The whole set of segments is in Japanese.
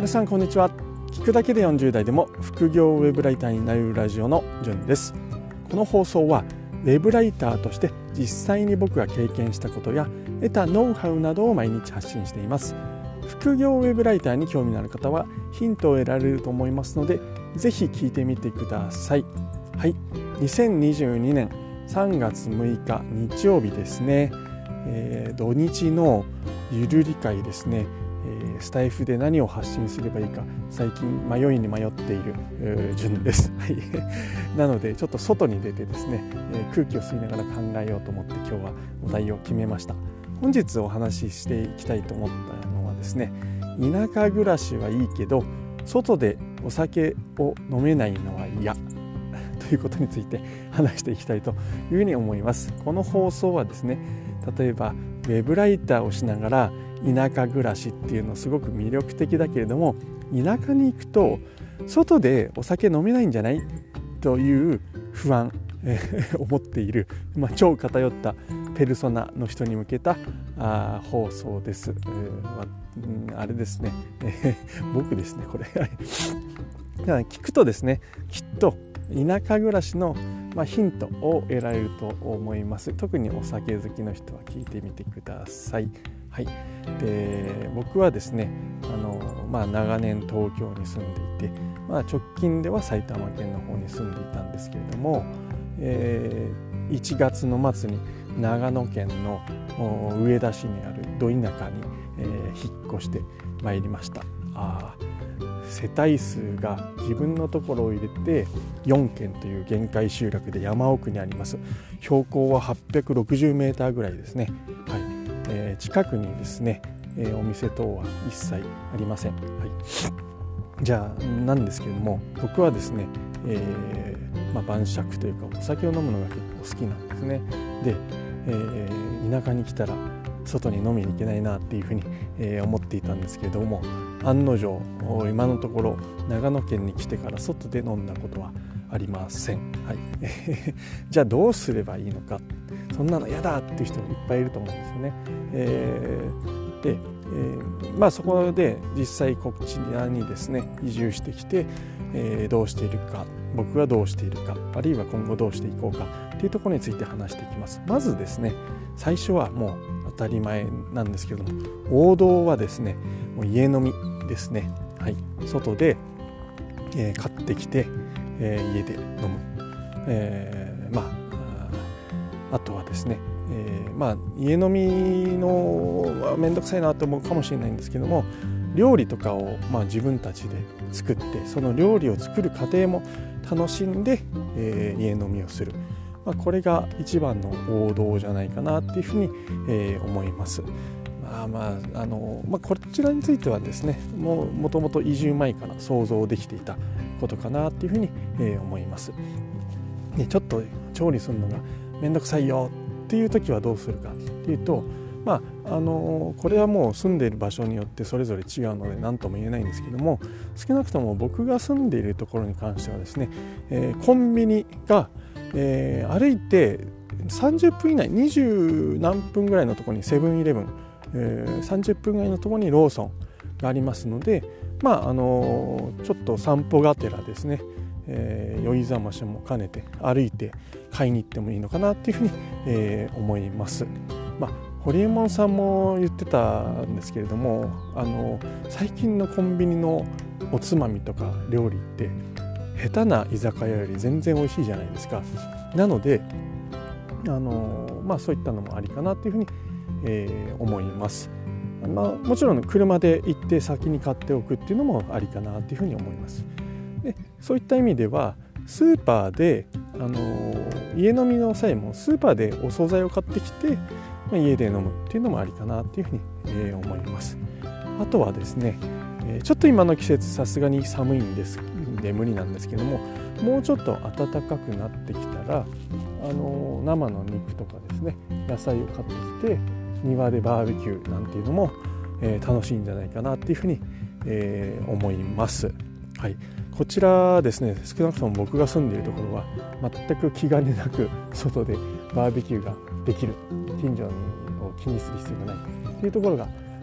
皆さんこんにちは。聞くだけで40代でも副業ウェブライターになれるラジオのじゅんです。この放送はウェブライターとして実際に僕が経験したことや得たノウハウなどを毎日発信しています。副業ウェブライターに興味のある方はヒントを得られると思いますので、ぜひ聞いてみてください。はい、2022年3月6日日曜日ですね。土日のゆるり会ですね。スタイフで何を発信すればいいか最近迷いに迷っているじゅんです。はい、なのでちょっと外に出てですね、空気を吸いながら考えようと思って今日はお題を決めました。本日お話ししていきたいと思ったのはですね、田舎暮らしはいいけど外でお酒を飲めないのは嫌ということについて話していきたいというふうに思います。この放送はですね、例えばウェブライターをしながら田舎暮らしっていうのすごく魅力的だけれども、田舎に行くと外でお酒飲めないんじゃないという不安を持っている、超偏ったペルソナの人に向けた放送です。あれですね、僕ですねこれ聞くとですね、きっと田舎暮らしのヒントを得られると思います。特にお酒好きの人は聞いてみてください。はい、で僕はですね長年東京に住んでいて、直近では埼玉県の方に住んでいたんですけれども、1月の末に長野県の上田市にあるど田舎に、引っ越してまいりました。世帯数が自分のところを入れて4軒という限界集落で山奥にあります。標高は860メーターぐらいですね。はい、近くにですね、お店等は一切ありません。はい、じゃあなんですけれども、僕はですね、晩酌というかお酒を飲むのが結構好きなんですね。で、田舎に来たら外に飲みに行けないなっていうふうに、思っていたんですけれども、案の定今のところ長野県に来てから外で飲んだことはありません。はい、じゃあどうすればいいのか、そんなの嫌だっていう人もいっぱいいると思うんですよね。で、そこで実際こちらにですね移住してきて、どうしているか、僕はどうしているか、あるいは今後どうしていこうかっていうところについて話していきます。まずですね、最初はもう当たり前なんですけれども、王道はですねもう家飲みですね。はい、外で、買ってきて、家で飲む。あとはですね、家飲みのめんどくさいなと思うかもしれないんですけども、料理とかを自分たちで作って、その料理を作る過程も楽しんで、家飲みをする、これが一番の王道じゃないかなっていうふうに、思います。こちらについてはですねもともと移住前から想像できていたことかなっていうふうに、思います。でちょっと調理するのがめんどくさいよっていう時はどうするかっていうと、これはもう住んでいる場所によってそれぞれ違うので何とも言えないんですけども、少なくとも僕が住んでいるところに関してはですね、コンビニが、歩いて30分以内20何分ぐらいのところにセブンイレブン、30分ぐらいのところにローソンがありますので、ちょっと散歩がてらですね、酔いざましも兼ねて歩いて買いに行ってもいいのかなっていうふうに、思います。ホリエモンさんも言ってたんですけれども、最近のコンビニのおつまみとか料理って下手な居酒屋より全然美味しいじゃないですか。なのでそういったのもありかなというふうに、思います。もちろん車で行って先に買っておくっていうのもありかなというふうに思います。でそういった意味ではスーパーで、家飲みの際もスーパーでお惣菜を買ってきて、家で飲むっていうのもありかなというふうに、思います。あとはですね、ちょっと今の季節さすがに寒いんで無理なんですけども、もうちょっと暖かくなってきたら生の肉とかですね野菜を買ってきて庭でバーベキューなんていうのも、楽しいんじゃないかなっていうふうに、思います。はい、こちらですね、少なくとも僕が住んでいるところは全く気兼ねなく外でバーベキューができる、近所を気にする必要がないというところが、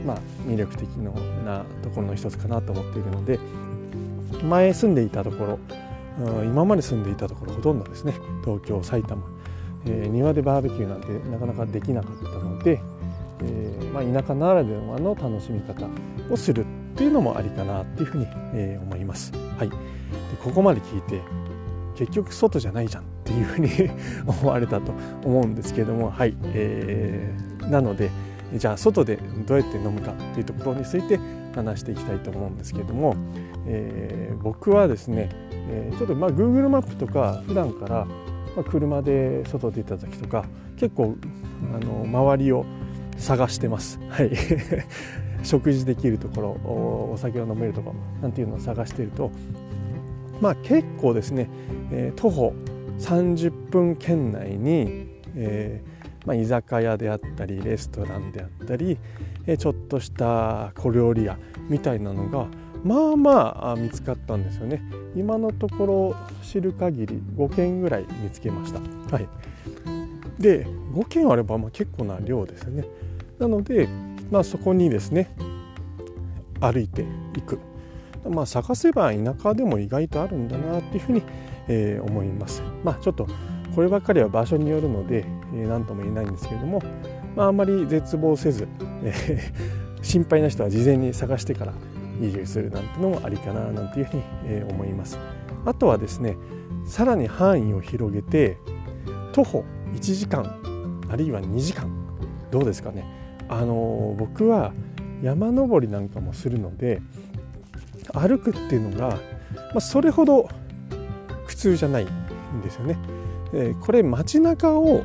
魅力的なところの一つかなと思っているので、前住んでいたところ、今まで住んでいたところほとんどですね、東京、埼玉、庭でバーベキューなんてなかなかできなかったので、田舎ならではの楽しみ方をするっていうのもありかなっていうふうに、思います。はい、でここまで聞いて結局外じゃないじゃんっていうふうに思われたと思うんですけれども、はい、なのでじゃあ外でどうやって飲むかっていうところについて話していきたいと思うんですけれども、僕はですね、ちょっとGoogle マップとか普段から車で外出た時とか結構周りを探してます。はい、食事できるところ、お酒を飲めるところなんていうのを探していると、結構ですね、徒歩30分圏内に、居酒屋であったりレストランであったり、ちょっとした小料理屋みたいなのが見つかったんですよね。今のところ知る限り5軒ぐらい見つけました。はい、で5軒あれば結構な量ですよね。なので、そこにですね歩いていく、探せば田舎でも意外とあるんだなっていうふうに、思います。ちょっとこればっかりは場所によるので何とも言えないんですけれども、あんまり絶望せず、心配な人は事前に探してから移住するなんてのもありかななんていうふうに、思います。あとはですね、さらに範囲を広げて徒歩1時間あるいは2時間どうですかね。僕は山登りなんかもするので歩くっていうのが、それほど苦痛じゃないんですよね。これ街中を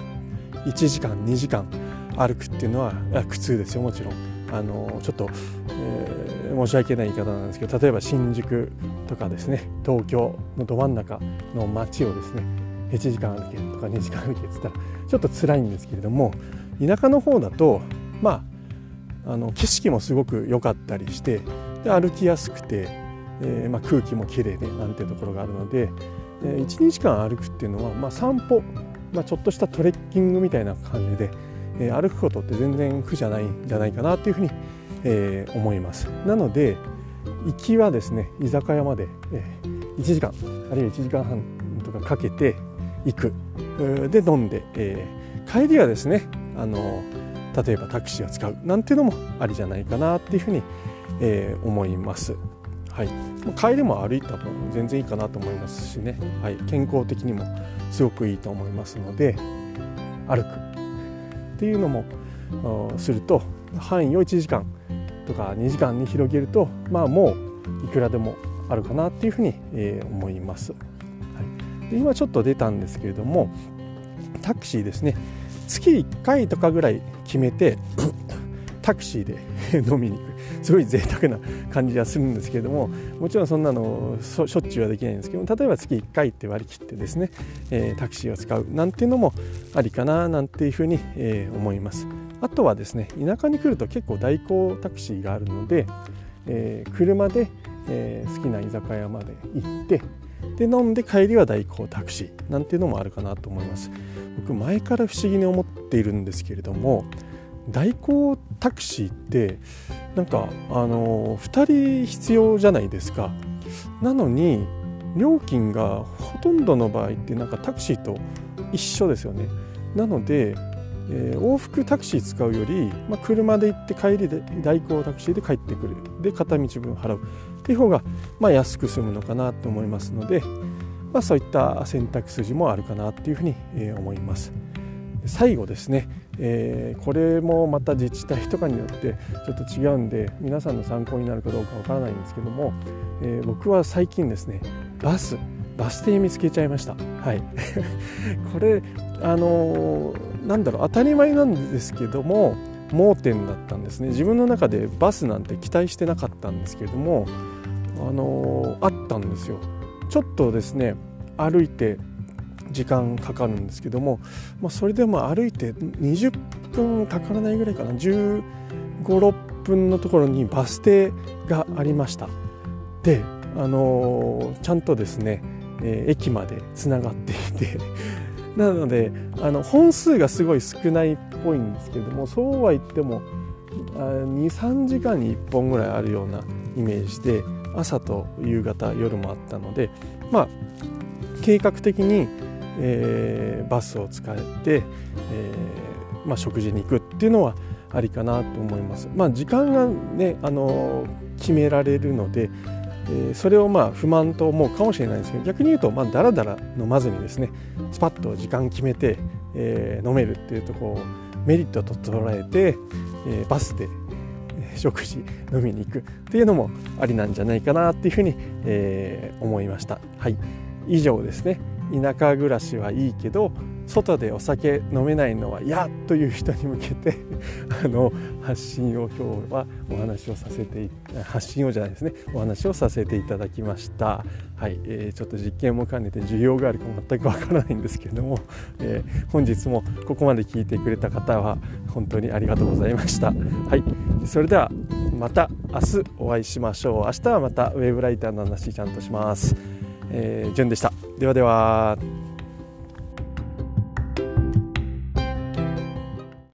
1時間2時間歩くっていうのは苦痛ですよ。もちろんちょっと、申し訳ない言い方なんですけど、例えば新宿とかですね、東京のど真ん中の街をですね1時間歩けとか2時間歩けって言ったらちょっと辛いんですけれども、田舎の方だと景色もすごく良かったりしてで歩きやすくて、空気もきれいでなんていうところがあるので、1、2時間歩くっていうのは、散歩、ちょっとしたトレッキングみたいな感じで、歩くことって全然苦じゃないんじゃないかなというふうに、思います。なので行きはですね居酒屋まで、1時間あるいは1時間半とかかけて行くで飲んで、帰りはですね例えばタクシーを使うなんていうのもありじゃないかなっていうふうに、思います。はい、帰りも歩いたも全然いいかなと思いますしね、はい、健康的にもすごくいいと思いますので、歩くっていうのもすると範囲を1時間とか2時間に広げると、もういくらでもあるかなっていうふうに、思います。はい、で今ちょっと出たんですけれども、タクシーですね、月1回とかぐらい決めてタクシーで飲みに行く、すごい贅沢な感じがするんですけれども、もちろんそんなのしょっちゅうはできないんですけど、例えば月1回って割り切ってですね、タクシーを使うなんていうのもありかななんていうふうに、思います。あとはですね、田舎に来ると結構代行タクシーがあるので、車で、好きな居酒屋まで行ってで飲んで帰りは代行タクシーなんていうのもあるかなと思います。僕前から不思議に思っているんですけれども、代行タクシーってなんか2人必要じゃないですか。なのに料金がほとんどの場合ってなんかタクシーと一緒ですよね。なので、往復タクシー使うより、車で行って帰りで代行タクシーで帰ってくるで片道分払うっていう方が安く済むのかなと思いますので、そういった選択筋もあるかなというふうに思います。最後ですね、これもまた自治体とかによってちょっと違うんで皆さんの参考になるかどうかわからないんですけども、僕は最近ですねバス停見つけちゃいました。はい、これ当たり前なんですけども盲点だったんですね。自分の中でバスなんて期待してなかったんですけれども、あったんですよ。ちょっとですね歩いて時間かかるんですけども、それでも歩いて20分かからないぐらいかな、15、6分のところにバス停がありました。で、ちゃんとですね、駅までつながっていてなので本数がすごい少ないっぽいんですけれども、そうは言っても 2、3時間に1本ぐらいあるようなイメージで、朝と夕方夜もあったので、計画的に、バスを使って、食事に行くっていうのはありかなと思います。時間がね、決められるので、それを不満と思うかもしれないんですけど、逆に言うとだらだら飲まずにですね、スパッと時間決めて、飲めるっていうとこうメリットと捉えて、バスで食事飲みに行くっていうのもありなんじゃないかなっていうふうに、思いました。はい、以上ですね。田舎暮らしはいいけど外でお酒飲めないのは嫌という人に向けて発信を今日はお話をさせて発信をじゃないですねお話をさせていただきました。はい、ちょっと実験も兼ねて需要があるか全くわからないんですけれども、本日もここまで聞いてくれた方は本当にありがとうございました。はい、それではまた明日お会いしましょう。明日はまたウェブライターの話ちゃんとします。じゅんでした。ではでは。